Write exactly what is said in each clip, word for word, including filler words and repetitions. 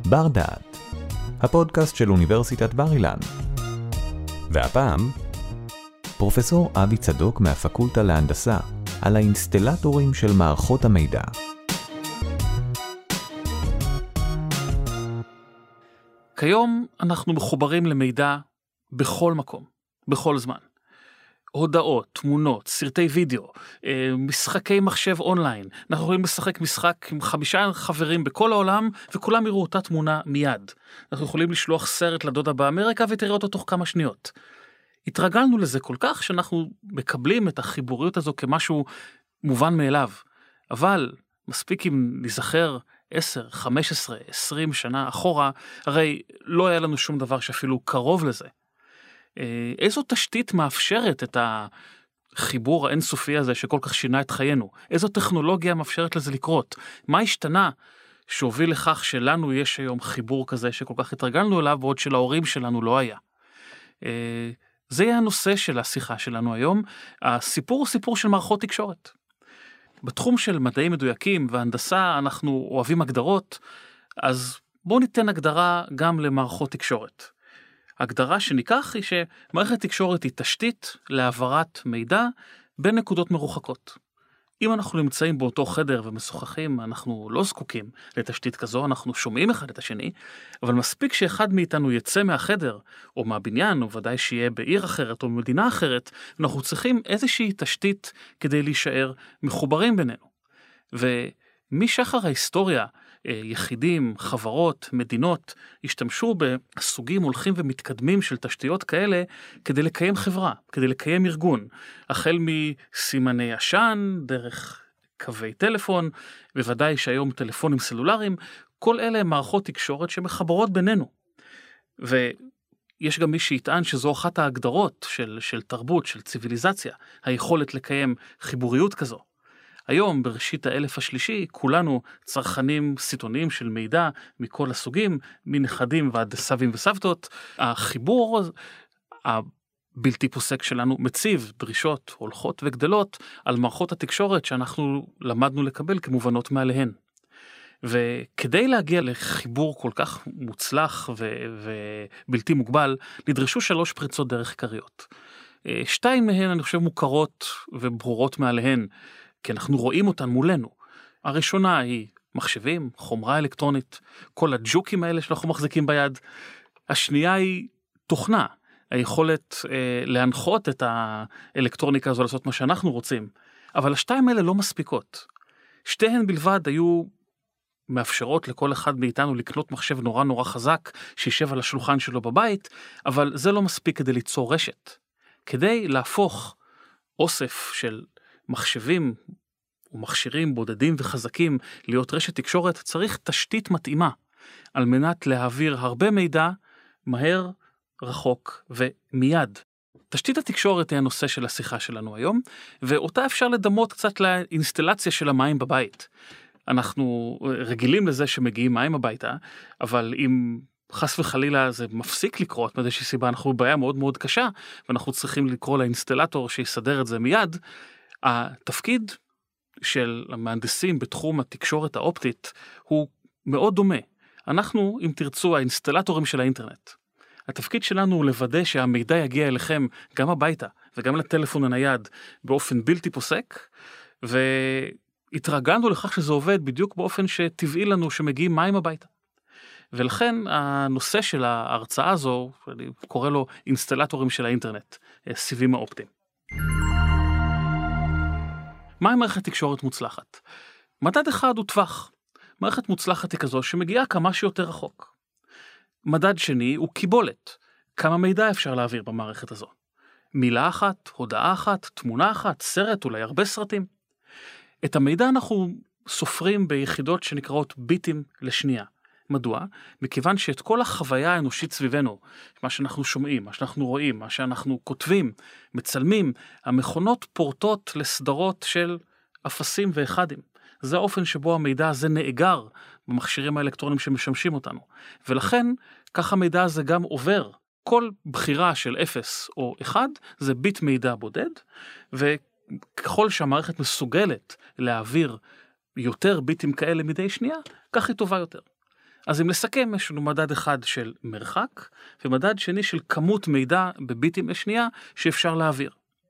בר דעת, הפודקאסט של אוניברסיטת בר אילן. והפעם, פרופסור אבי צדוק מהפקולטה להנדסה על האינסטלטורים של מערכות המידע. כיום אנחנו מחוברים למידע בכל מקום, בכל זמן. הודעות, תמונות, סרטי וידאו, משחקי מחשב אונליין. אנחנו יכולים לשחק משחק עם חמישה חברים בכל העולם, וכולם יראו אותה תמונה מיד. אנחנו יכולים לשלוח סרט לדודה באמריקה ותראה אותו תוך כמה שניות. התרגלנו לזה כל כך שאנחנו מקבלים את החיבוריות הזו כמשהו מובן מאליו. אבל מספיק אם נזכר עשר, חמש עשרה, עשרים שנה אחורה, הרי לא היה לנו שום דבר שאפילו קרוב לזה. איזו תשתית מאפשרת את החיבור האינסופי הזה שכל כך שינה את חיינו? איזו טכנולוגיה מאפשרת לזה לקרות? מה השתנה שהוביל לכך שלנו יש היום חיבור כזה שכל כך התרגלנו אליו, בעוד שלהורים שלנו לא היה? זה יהיה הנושא של השיחה שלנו היום. הסיפור הוא סיפור של מערכות תקשורת. בתחום של מדעים מדויקים והנדסה אנחנו אוהבים הגדרות, אז בואו ניתן הגדרה גם למערכות תקשורת. הגדרה שניקח היא שמערכת תקשורת היא תשתית להעברת מידע בין נקודות מרוחקות. אם אנחנו נמצאים באותו חדר ומשוחחים, אנחנו לא זקוקים לתשתית כזו, אנחנו שומעים אחד את השני, אבל מספיק שאחד מאיתנו יצא מהחדר, או מהבניין, או ודאי שיהיה בעיר אחרת או במדינה אחרת, אנחנו צריכים איזושהי תשתית כדי להישאר מחוברים בינינו. ומשחר ההיסטוריה, יחידים, חברות, מדינות, השתמשו בסוגים הולכים ומתקדמים של תשתיות כאלה כדי לקיים חברה, כדי לקיים ארגון, החל מסימני עשן, דרך קווי טלפון, בוודאי שהיום טלפונים סלולריים, כל אלה הם מערכות תקשורת שמחברות בינינו. ויש גם מי שיטען שזו אחת ההגדרות של, של תרבות, של ציוויליזציה, היכולת לקיים חיבוריות כזו. היום, בראשית האלף השלישי, כולנו צרכנים סיטוניים של מידע מכל הסוגים, מנכדים ועד סבים וסבתות. החיבור הבלתי פוסק שלנו מציב דרישות הולכות וגדלות על מערכות התקשורת שאנחנו למדנו לקבל כמובנות מעליהן. וכדי להגיע לחיבור כל כך מוצלח ו- ובלתי מוגבל, נדרשו שלוש פריצות דרך עיקריות. שתיים מהן, אני חושב, מוכרות וברורות מעליהן, כי אנחנו רואים אותן מולנו. הראשונה היא מחשבים, חומרה אלקטרונית, כל הג'וקים האלה שאנחנו מחזיקים ביד. השנייה היא תוכנה, היכולת אה, להנחות את האלקטרוניקה הזו לעשות מה שאנחנו רוצים. אבל השתיים האלה לא מספיקות. שתיהן בלבד היו מאפשרות לכל אחד מאיתנו לקנות מחשב נורא נורא חזק, שישב על השולחן שלו בבית, אבל זה לא מספיק כדי ליצור רשת. כדי להפוך אוסף של מחשבים ומכשירים בודדים וחזקים להיות רשת תקשורת, צריך תשתית מתאימה על מנת להעביר הרבה מידע מהר, רחוק ומיד. תשתית התקשורת היא הנושא של השיחה שלנו היום, ואותה אפשר לדמות קצת לאינסטלציה של המים בבית. אנחנו רגילים לזה שמגיעים מים הביתה, אבל אם חס וחלילה זה מפסיק לקרות, מאיזושהי סיבה אנחנו בבעיה מאוד מאוד קשה, ואנחנו צריכים לקרוא לאינסטלטור שיסדר את זה מיד. התפקיד של המהנדסים בתחום התקשורת האופטית הוא מאוד דומה. אנחנו, אם תרצו, האינסטלטורים של האינטרנט. התפקיד שלנו הוא לוודא שהמידע יגיע אליכם גם הביתה וגם לטלפון הנייד באופן בלתי פוסק, והתרגלנו לכך שזה עובד בדיוק באופן שטבעי לנו שמגיעים מים הביתה. ולכן הנושא של ההרצאה הזו, אני קורא לו אינסטלטורים של האינטרנט, סיבים האופטיים. מהי מערכת תקשורת מוצלחת? מדד אחד הוא טווח. מערכת מוצלחת היא כזו שמגיעה כמה שיותר רחוק. מדד שני הוא קיבולת. כמה מידע אפשר להעביר במערכת הזו? מילה אחת, הודעה אחת, תמונה אחת, סרט, אולי הרבה סרטים. את המידע אנחנו סופרים ביחידות שנקראות ביטים לשנייה. מדוע? מכיוון שאת כל החוויה האנושית סביבנו, מה שאנחנו שומעים, מה שאנחנו רואים, מה שאנחנו כותבים, מצלמים, המכונות פורטות לסדרות של אפסים ואחדים. זה האופן שבו המידע הזה נאגר במכשירים האלקטרונים שמשמשים אותנו. ולכן, כך המידע הזה גם עובר. כל בחירה של אפס או אחד זה ביט מידע בודד, וככל שהמערכת מסוגלת להעביר יותר ביטים כאלה מדי שנייה, כך היא טובה יותר. אז אם לסכם, יש לנו מדד אחד של מרחק, ומדד שני של כמות מידע בביטים לשנייה שאפשר להעביר.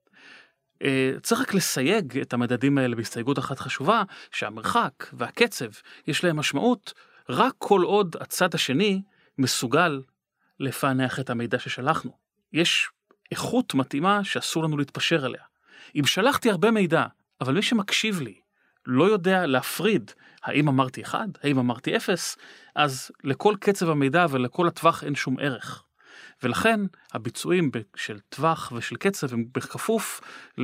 צריך רק לסייג את המדדים האלה בהסתייגות אחת חשובה, שהמרחק והקצב יש להם משמעות, רק כל עוד הצד השני מסוגל לפענח את המידע ששלחנו. יש איכות מתאימה שאסור לנו להתפשר עליה. אם שלחתי הרבה מידע, אבל מי שמקשיב לי לא יודע להפריד האם אמרתי אחד, האם אמרתי אפס, אז לכל קצב המידע ולכל הטווח אין שום ערך. ולכן הביצועים של טווח ושל קצב הם בכפוף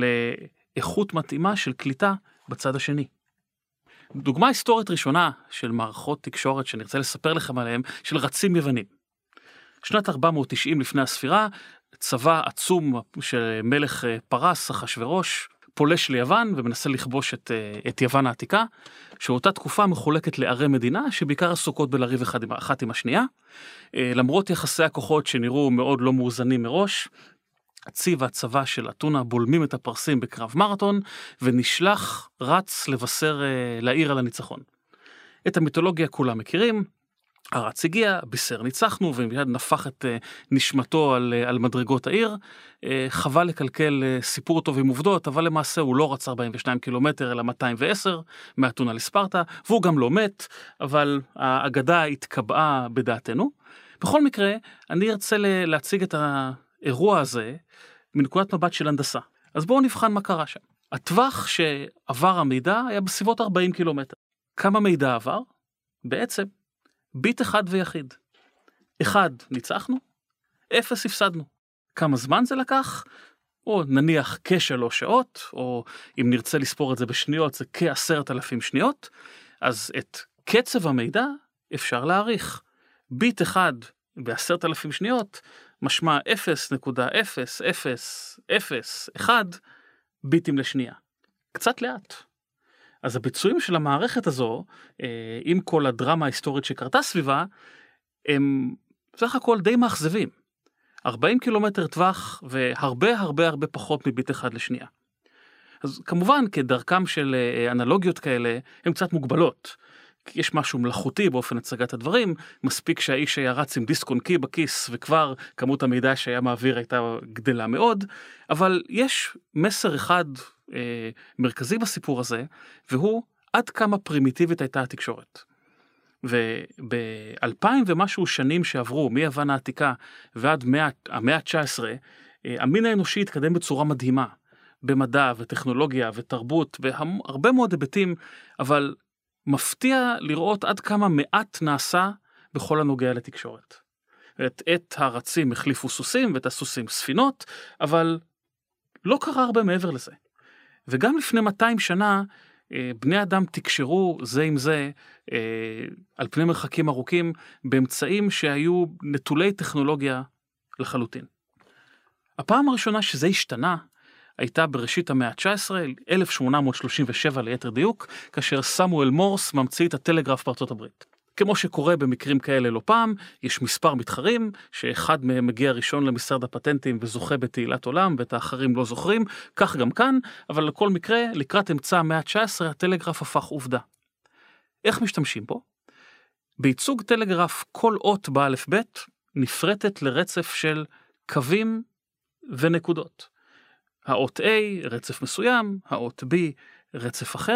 לאיכות מתאימה של קליטה בצד השני. דוגמה היסטורית ראשונה של מערכות תקשורת שנרצה לספר לכם עליהם, של רצים יוונים. שנת ארבע מאות ותשעים לפני הספירה, צבא עצום של מלך פרס, אחשוורוש, פולש ליוון ומנסה לכבוש את, את יוון העתיקה, שאותה תקופה מחולקת לערי מדינה, שבעיקר עסוקות בלריב אחד עם, אחת עם השנייה. למרות יחסי הכוחות שנראו מאוד לא מאוזנים מראש, הצי והצבא של אתונה בולמים את הפרסים בקרב מרתון, ונשלח רץ לבשר לעיר על הניצחון. את המיתולוגיה כולם מכירים, הרץ הגיע, בישר ניצחנו, ומיד נפח את נשמתו על, על מדרגות העיר. חבל לקלקל סיפור טוב עם עובדות, אבל למעשה הוא לא רץ ארבעים ושניים קילומטר, אלא מאתיים ועשר מאתונה לספרטה, והוא גם לא מת, אבל האגדה התקבעה בדעתנו. בכל מקרה, אני ארצה להציג את האירוע הזה מנקודת מבט של הנדסה. אז בואו נבחן מה קרה שם. הטווח שעבר המידע היה בסביבות ארבעים קילומטר. כמה מידע עבר? בעצם ביט אחד ויחיד. אחד ניצחנו, אפס הפסדנו. כמה זמן זה לקח? או נניח כשלוש שעות, או אם נרצה לספור את זה בשניות, זה כעשרת אלפים שניות. אז את קצב המידע אפשר להעריך. ביט אחד בעשרת אלפים שניות, משמע אפס נקודה אפס אפס אפס אחד ביטים לשנייה. קצת לאט. אז הביצועים של המערכת הזו, עם כל הדרמה ההיסטורית שקרתה סביבה, הם בסך הכל די מאכזבים. ארבעים קילומטר טווח והרבה הרבה הרבה פחות מביט אחד לשנייה. אז כמובן כדרכם של אנלוגיות כאלה, הן קצת מוגבלות. יש משהו מלאכותי באופן הצגת הדברים, מספיק שהאיש היה רץ עם דיסק און קי בכיס, וכבר כמות המידע שהיה מעביר הייתה גדלה מאוד, אבל יש מסר אחד אה, מרכזי בסיפור הזה, והוא עד כמה פרימיטיבית הייתה התקשורת. וב-אלפיים ומשהו שנים שעברו מיוון העתיקה ועד המאה ה-תשע עשרה, אה, המין האנושי התקדם בצורה מדהימה, במדע וטכנולוגיה ותרבות, בהרבה מאוד היבטים, אבל מפתיע לראות עד כמה מעט נעשה בכל הנוגע לתקשורת. את, את הרצים החליפו סוסים ואת הסוסים ספינות, אבל לא קרה הרבה מעבר לזה. וגם לפני מאתיים שנה, בני אדם תקשרו זה עם זה, על פני מרחקים ארוכים, באמצעים שהיו נטולי טכנולוגיה לחלוטין. הפעם הראשונה שזה השתנה, הייתה בראשית המאה ה-תשע עשרה, אלף שמונה מאות שלושים ושבע ליתר דיוק, כאשר סמואל מורס ממציא את הטלגרף בארצות הברית. כמו שקורה במקרים כאלה לא פעם, יש מספר מתחרים, שאחד מהם מגיע ראשון למשרד הפטנטים וזוכה בתהילת עולם, ואת האחרים לא זוכרים, כך גם כאן, אבל לכל מקרה, לקראת אמצע המאה ה-תשע עשרה, הטלגרף הפך עובדה. איך משתמשים בו? בייצוג טלגרף כל אות באלף בית, נפרטת לרצף של קווים ונקודות. האות A, רצף מסוים, האות B, רצף אחר,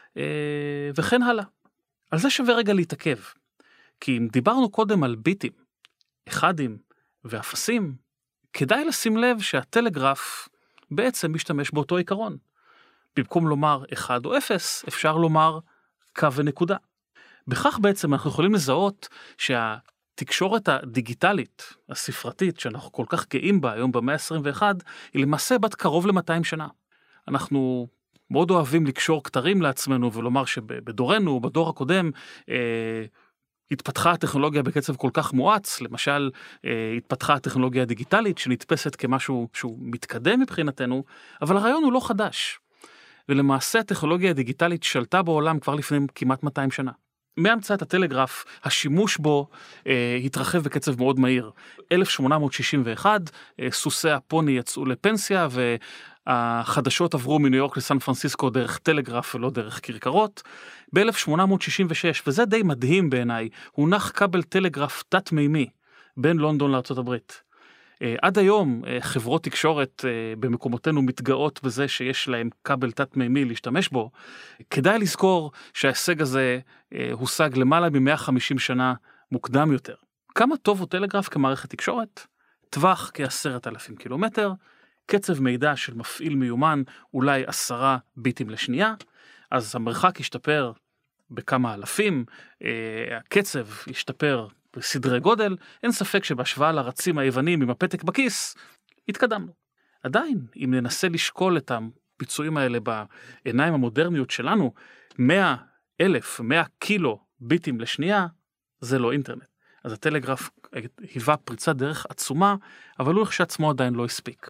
וכן הלאה. על זה שווה רגע להתעכב, כי אם דיברנו קודם על ביטים, אחדים ואפסים, כדאי לשים לב שהטלגרף בעצם משתמש באותו עיקרון. במקום לומר אחד או אפס, אפשר לומר קו ונקודה. בכך בעצם אנחנו יכולים לזהות שהתקשורת הדיגיטלית, הספרתית, שאנחנו כל כך גאים בה היום במאה ה-עשרים ואחת, היא למעשה בת קרוב ל-מאתיים שנה. אנחנו מאוד אוהבים לקשור כתרים לעצמנו ולומר שבדורנו, בדור הקודם, אה, התפתחה הטכנולוגיה בקצב כל כך מואץ, למשל אה, התפתחה הטכנולוגיה הדיגיטלית שנתפסת כמשהו שהוא מתקדם מבחינתנו, אבל הרעיון הוא לא חדש. ולמעשה הטכנולוגיה הדיגיטלית שלטה בעולם כבר לפני כמעט מאתיים שנה. מהמצאת הטלגרף, השימוש בו אה, התרחב בקצב מאוד מהיר. אלף שמונה מאות שישים ואחת, אה, סוסי הפוני יצאו לפנסיה, החדשות עברו מניו יורק לסן פרנסיסקו דרך טלגרף ולא דרך כרכרות. ב-אלף שמונה מאות שישים ושש, וזה די מדהים בעיניי, הונח כבל טלגרף תת-מימי בין לונדון לארצות הברית. עד היום חברות תקשורת במקומותינו מתגאות בזה שיש להם כבל תת-מימי להשתמש בו. כדאי לזכור שההישג הזה הושג למעלה מ-מאה וחמישים שנה מוקדם יותר. כמה טוב הוא טלגרף כמערכת תקשורת? טווח כ-עשרת אלפים קילומטר, קצב מידע של מפעיל מיומן אולי עשרה ביטים לשנייה, אז המרחק ישתפר בכמה אלפים, הקצב ישתפר בסדרי גודל, אין ספק שבהשוואה לרצים היוונים עם הפתק בכיס, התקדמנו. עדיין, אם ננסה לשקול את הביצועים האלה בעיניים המודרניות שלנו, מאה אלף, מאה קילו ביטים לשנייה, זה לא אינטרנט. אז הטלגרף היווה פריצת דרך עצומה, אבל הוא כשעצמו עדיין לא הספיק.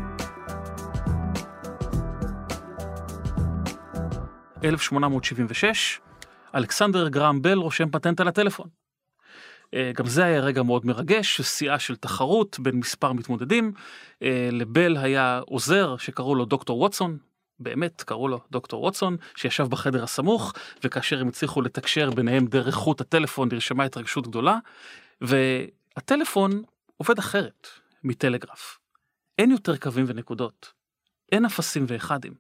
אלף שמונה מאות שבעים ושש, אלכסנדר גרהם בל רושם פטנט על הטלפון. גם זה היה רגע מאוד מרגש, שיאה של תחרות בין מספר מתמודדים. לבל היה עוזר שקראו לו דוקטור ווטסון, באמת קראו לו דוקטור ווטסון, שישב בחדר הסמוך, וכאשר הם הצליחו לתקשר ביניהם דרך חוט הטלפון, נרשמה התרגשות גדולה, והטלפון עובד אחרת מטלגרף. אין יותר קווים ונקודות, אין אפסים ואחדים.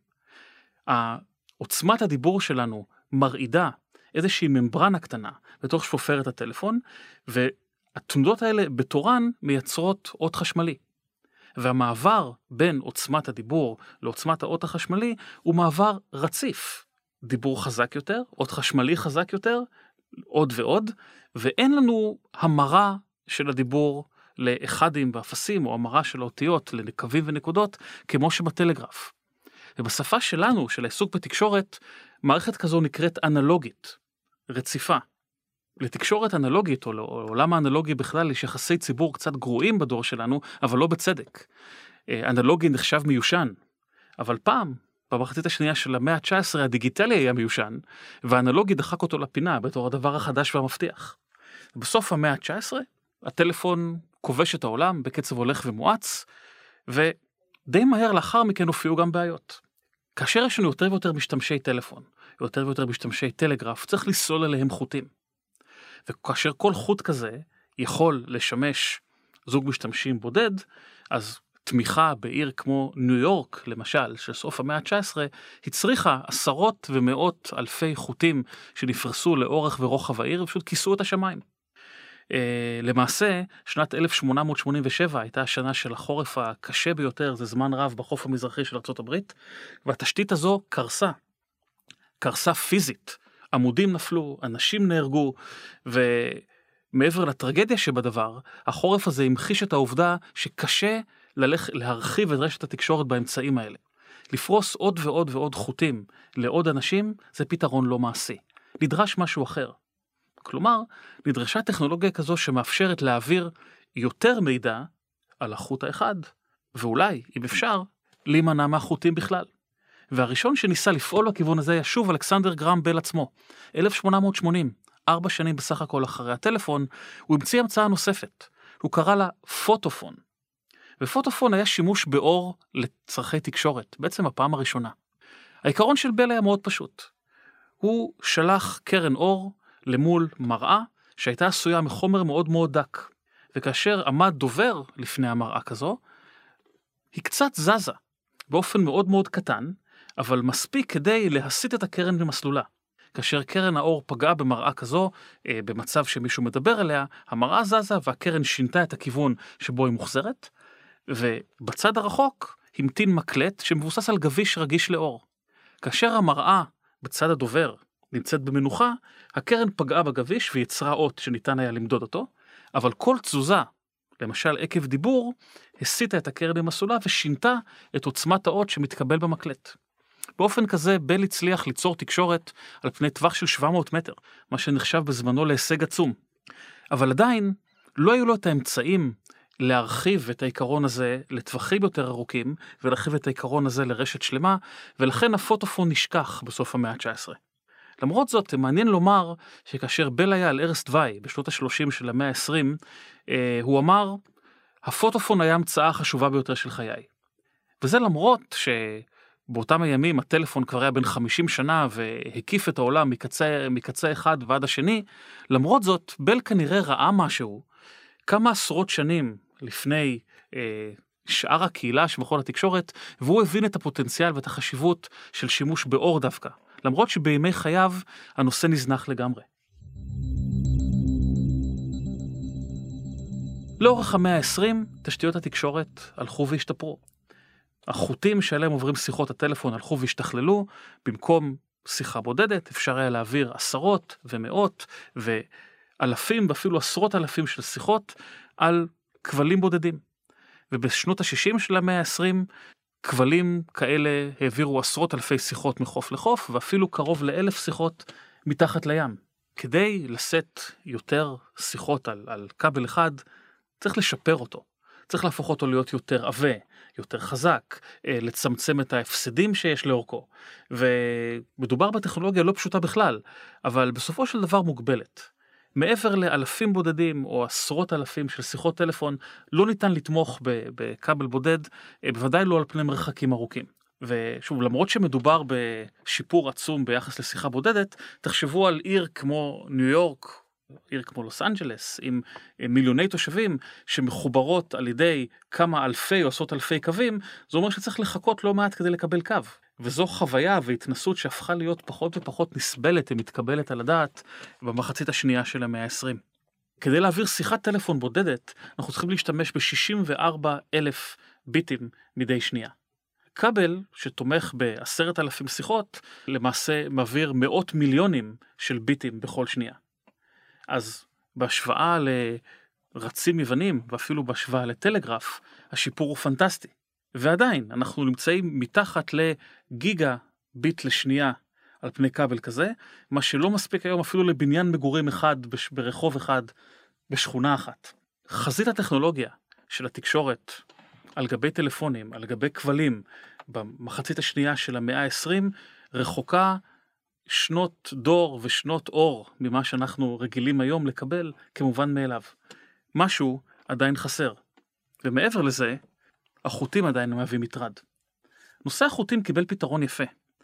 עוצמת הדיבור שלנו מרעידה איזושהי ממברנה קטנה בתוך שפופרת הטלפון, והתנודות האלה בתורן מייצרות אות חשמלי. והמעבר בין עוצמת הדיבור לעוצמת האות החשמלי הוא מעבר רציף. דיבור חזק יותר, אות חשמלי חזק יותר, עוד ועוד, ואין לנו המרה של הדיבור לאחדים ואפסים, או המרה של האותיות לקווים ונקודות, כמו שבטלגרף. ובשפה שלנו, של העיסוק בתקשורת, מערכת כזו נקראת אנלוגית, רציפה. לתקשורת אנלוגית, או לעולם האנלוגי בכלל, יש יחסי ציבור קצת גרועים בדור שלנו, אבל לא בצדק. אנלוגי נחשב מיושן, אבל פעם, במחצית השנייה של המאה ה-תשע עשרה, הדיגיטלי היה מיושן, והאנלוגי דחק אותו לפינה, בתור הדבר החדש והמבטיח. בסוף המאה ה-תשע עשרה, הטלפון כובש את העולם בקצב הולך ומואץ, ודי מהר לאחר מכן הופיעו גם בעיות. כאשר יש לנו יותר ויותר משתמשי טלפון, יותר ויותר משתמשי טלגרף, צריך לסלול עליהם חוטים. וכאשר כל חוט כזה יכול לשמש זוג משתמשים בודד, אז תמיכה בעיר כמו ניו יורק, למשל, של סוף המאה ה-תשע עשרה, הצריכה עשרות ומאות אלפי חוטים שנפרסו לאורך ורוחב העיר, ופשוט כיסו את השמיים. למעשה, שנת אלף שמונה מאות שמונים ושבע הייתה השנה של החורף הקשה ביותר, זה זמן רב בחוף המזרחי של ארצות הברית, והתשתית הזו קרסה, קרסה פיזית. עמודים נפלו, אנשים נהרגו, ומעבר לטרגדיה שבדבר, החורף הזה המחיש את העובדה שקשה ללך, להרחיב את רשת התקשורת באמצעים האלה. לפרוס עוד ועוד ועוד חוטים לעוד אנשים, זה פתרון לא מעשי. נדרש משהו אחר. כלומר, נדרשה טכנולוגיה כזו שמאפשרת להעביר יותר מידע על החוט האחד, ואולי, אם אפשר, להימנע מהחוטים בכלל. והראשון שניסה לפעול בכיוון הזה היה שוב אלכסנדר גרהם בל עצמו. אלף שמונה מאות שמונים, ארבע שנים בסך הכל אחרי הטלפון, הוא המציא המצאה נוספת. הוא קרא לה פוטופון. ופוטופון היה שימוש באור לצרכי תקשורת, בעצם הפעם הראשונה. העיקרון של בל היה מאוד פשוט. הוא שלח קרן אור למול מראה שהייתה עשויה מחומר מאוד מאוד דק. וכאשר עמד דובר לפני המראה כזו, היא קצת זזה, באופן מאוד מאוד קטן, אבל מספיק כדי להסיט את הקרן במסלולה. כאשר קרן האור פגעה במראה כזו, אה, במצב שמישהו מדבר עליה, המראה זזה והקרן שינתה את הכיוון שבו היא מוחזרת, ובצד הרחוק המתין מקלט שמבוסס על גביש רגיש לאור. כאשר המראה בצד הדובר נמצאת במנוחה, הקרן פגעה בגביש ויצרה אות שניתן היה למדוד אותו, אבל כל תזוזה, למשל עקב דיבור, הסיטה את הקרן במסלולה ושינתה את עוצמת האות שמתקבל במקלט. באופן כזה בל הצליח ליצור תקשורת על פני טווח של שבע מאות מטר, מה שנחשב בזמנו להישג עצום. אבל עדיין לא היו לו את האמצעים להרחיב את העיקרון הזה לטווחים יותר ארוכים, ולהרחיב את העיקרון הזה לרשת שלמה, ולכן הפוטופון נשכח בסוף המאה ה-תשע עשרה. למרות זאת, מעניין לומר שכאשר בל היה על ערש דווי בשנות ה-שלושים של המאה ה-עשרים, אה, הוא אמר, הפוטופון היה המצאה החשובה ביותר של חיי. וזה למרות שבאותם הימים הטלפון כבר היה בן חמישים שנה והקיף את העולם מקצה, מקצה אחד ועד השני, למרות זאת בל כנראה ראה משהו כמה עשרות שנים לפני אה, שאר הקהילה של מכון התקשורת, והוא הבין את הפוטנציאל ואת החשיבות של שימוש באור דווקא, למרות שבימי חייו הנושא נזנח לגמרי. לאורך המאה ה-עשרים, תשתיות התקשורת הלכו והשתפרו. החוטים שעליהם עוברים שיחות הטלפון הלכו והשתכללו, במקום שיחה בודדת אפשר היה להעביר עשרות ומאות ואלפים ואפילו עשרות אלפים של שיחות על כבלים בודדים. ובשנות ה-שישים של המאה ה-עשרים, כבלים כאלה העבירו עשרות אלפי שיחות מחוף לחוף, ואפילו קרוב לאלף שיחות מתחת לים. כדי לשאת יותר שיחות על, על כבל אחד, צריך לשפר אותו. צריך להפוך אותו להיות יותר עבה, יותר חזק, לצמצם את ההפסדים שיש לאורכו. ומדובר בטכנולוגיה לא פשוטה בכלל, אבל בסופו של דבר מוגבלת. מעבר לאלפים בודדים או עשרות אלפים של שיחות טלפון, לא ניתן לתמוך בכבל בודד, בוודאי לא על פני מרחקים ארוכים. ושוב, למרות שמדובר בשיפור עצום ביחס לשיחה בודדת, תחשבו על עיר כמו ניו יורק, עיר כמו לוס אנג'לס, עם מיליוני תושבים שמחוברות על ידי כמה אלפי או עשרות אלפי קווים, זה אומר שצריך לחכות לא מעט כדי לקבל קו. וזו חוויה והתנסות שהפכה להיות פחות ופחות נסבלת ומתקבלת על הדעת במחצית השנייה של המאה ה-עשרים. כדי להעביר שיחת טלפון בודדת, אנחנו צריכים להשתמש ב-שישים וארבעה אלף ביטים מדי שנייה. כבל שתומך בעשרת אלפים שיחות, למעשה מעביר מאות מיליונים של ביטים בכל שנייה. אז בהשוואה לרצים יוונים, ואפילו בהשוואה לטלגרף, השיפור הוא פנטסטי. ועדיין, אנחנו נמצאים מתחת לגיגה ביט לשנייה על פני כבל כזה, מה שלא מספיק היום אפילו לבניין מגורים אחד ברחוב אחד בשכונה אחת. חזית הטכנולוגיה של התקשורת על גבי טלפונים, על גבי כבלים, במחצית השנייה של המאה ה-עשרים, רחוקה שנות דור ושנות אור ממה שאנחנו רגילים היום לקבל כמובן מאליו. משהו עדיין חסר. ומעבר לזה, החוטים עדיין מהווים מטרד. נושא החוטים קיבל פתרון יפה.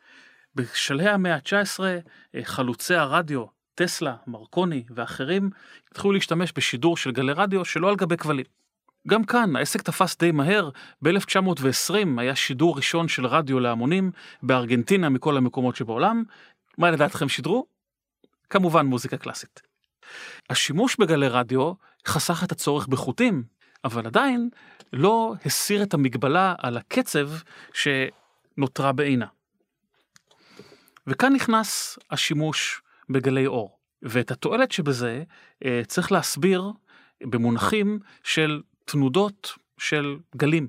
בשלהי המאה ה-תשע עשרה, חלוצי הרדיו, טסלה, מרקוני ואחרים, התחילו להשתמש בשידור של גלי רדיו שלא על גבי כבלים. גם כאן העסק תפס די מהר, ב-אלף תשע מאות ועשרים היה שידור ראשון של רדיו להמונים, בארגנטינה מכל המקומות שבעולם. מה לדעתכם שידרו? כמובן מוזיקה קלאסית. השימוש בגלי רדיו חסך את הצורך בחוטים, אבל עדיין לא הסיר את המגבלה על הקצב שנותרה בעינה. וכאן נכנס השימוש בגלי אור. ואת התועלת שבזה צריך להסביר במונחים של תנודות של גלים.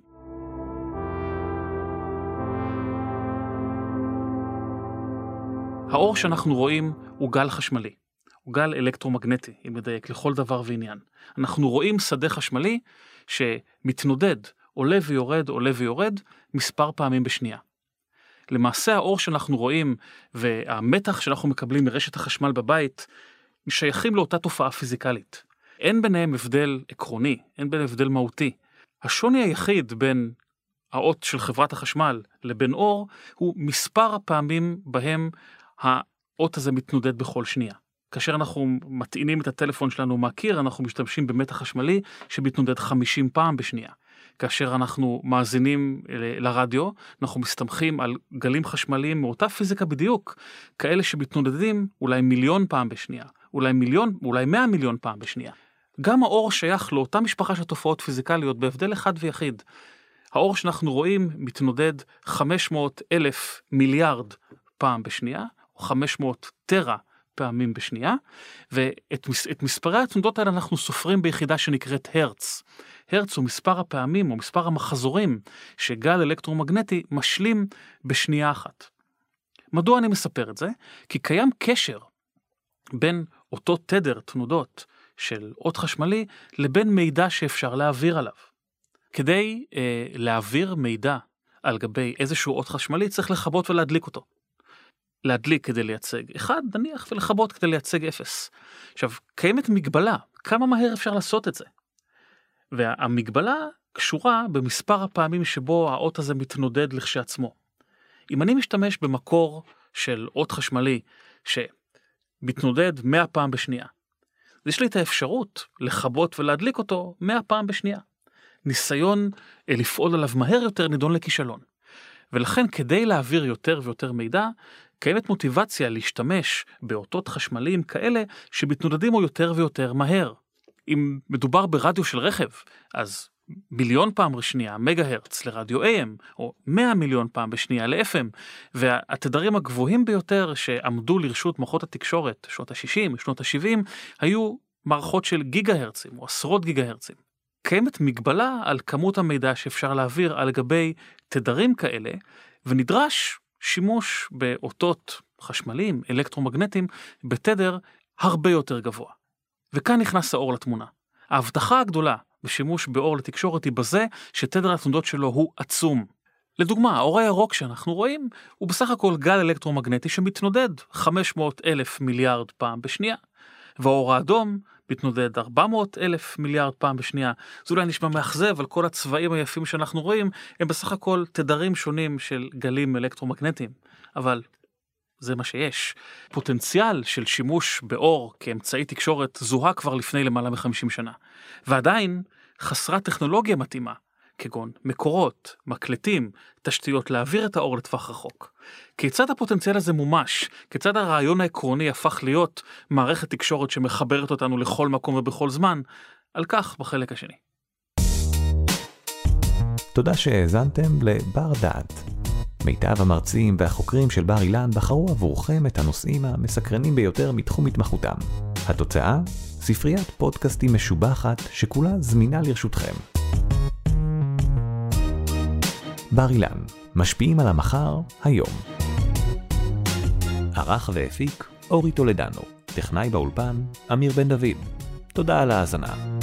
האור שאנחנו רואים הוא גל חשמלי, הוא גל אלקטרומגנטי, אם נדייק, לכל דבר ועניין. אנחנו רואים שדה חשמלי שמתנודד, עולה ויורד, עולה ויורד, מספר פעמים בשנייה. למעשה האור שאנחנו רואים והמתח שאנחנו מקבלים מרשת החשמל בבית, משייכים לאותה תופעה פיזיקלית. אין ביניהם הבדל עקרוני, אין ביניהם הבדל מהותי. השוני היחיד בין האות של חברת החשמל לבין אור, הוא מספר הפעמים בהם האות הזה מתנודד בכל שנייה. כאשר אנחנו מטעינים את הטלפון שלנו מהקיר, אנחנו משתמשים במתח חשמלי שמתנודד חמישים פעם בשנייה. כאשר אנחנו מאזינים לרדיו, אנחנו מסתמכים על גלים חשמליים מאותה פיזיקה בדיוק, כאלה שמתנודדים אולי מיליון פעם בשנייה, אולי מיליון, אולי מאה מיליון פעם בשנייה. גם האור שייך לאותה משפחה של תופעות פיזיקליות בהבדל אחד ויחיד. האור שאנחנו רואים מתנודד חמש מאות אלף מיליארד פעם בשנייה, או חמש מאות טרה פעמים בשנייה, ואת את מספרי התנודות האלה אנחנו סופרים ביחידה שנקראת הרץ. הרץ הוא מספר הפעמים או מספר המחזורים שגל אלקטרומגנטי משלים בשנייה אחת. מדוע אני מספר את זה? כי קיים קשר בין אותו תדר תנודות של אות חשמלי לבין מידע שאפשר להעביר עליו. כדי אה, להעביר מידע על גבי איזשהו אות חשמלי צריך לכבות ולהדליק אותו. להדליק כדי לייצג אחד, נניח, ולכבות כדי לייצג אפס. עכשיו, קיימת מגבלה, כמה מהר אפשר לעשות את זה? והמגבלה קשורה במספר הפעמים שבו האות הזה מתנודד לכשעצמו. אם אני משתמש במקור של אות חשמלי שמתנודד מאה פעם בשנייה, יש לי את האפשרות לכבות ולהדליק אותו מאה פעם בשנייה. ניסיון לפעול עליו מהר יותר נידון לכישלון. ולכן כדי להעביר יותר ויותר מידע, קיימת מוטיבציה להשתמש באותות חשמליים כאלה שמתנודדים או יותר ויותר מהר. אם מדובר ברדיו של רכב, אז מיליון פעם בשנייה, מגה הרץ לרדיו איי אם, או מאה מיליון פעם בשנייה ל-אף אם, והתדרים הגבוהים ביותר שעמדו לרשות מערכות התקשורת, שנות ה-שישים, שנות ה-שבעים, היו מערכות של גיגה הרצים, או עשרות גיגה הרצים. קיימת מגבלה על כמות המידע שאפשר להעביר על גבי תדרים כאלה, ונדרש שימוש באותות חשמליים, אלקטרומגנטיים, בתדר הרבה יותר גבוה. וכאן נכנס האור לתמונה. ההבטחה הגדולה בשימוש באור לתקשורת היא בזה שתדר התנודות שלו הוא עצום. לדוגמה, האור הירוק שאנחנו רואים הוא בסך הכל גל אלקטרומגנטי שמתנודד חמש מאות אלף מיליארד פעם בשנייה, והאור האדום מתנודד ארבע מאות אלף מיליארד פעם בשנייה. זה אולי נשמע מאכזב, אבל כל הצבעים היפים שאנחנו רואים הם בסך הכל תדרים שונים של גלים אלקטרומגנטיים. אבל זה מה שיש. פוטנציאל של שימוש באור כאמצעי תקשורת זוהה כבר לפני למעלה מ-חמישים שנה. ועדיין חסרה טכנולוגיה מתאימה, כגון מקורות, מקלטים, תשתיות להעביר את האור לטווח רחוק. כיצד הפוטנציאל הזה מומש? כיצד הרעיון העקרוני הפך להיות מערכת תקשורת שמחברת אותנו לכל מקום ובכל זמן? על כך בחלק השני. תודה שהאזנתם לבר דעת. מיטב המרצים והחוקרים של בר אילן בחרו עבורכם את הנושאים המסקרנים ביותר מתחום התמחותם. התוצאה? ספריית פודקאסטים משובחת שכולה זמינה לרשותכם. בר אילן, משפיעים על המחר, היום. ערך והפיק אורי טולדנו, טכנאי באולפן אמיר בן דוד. תודה על ההאזנה.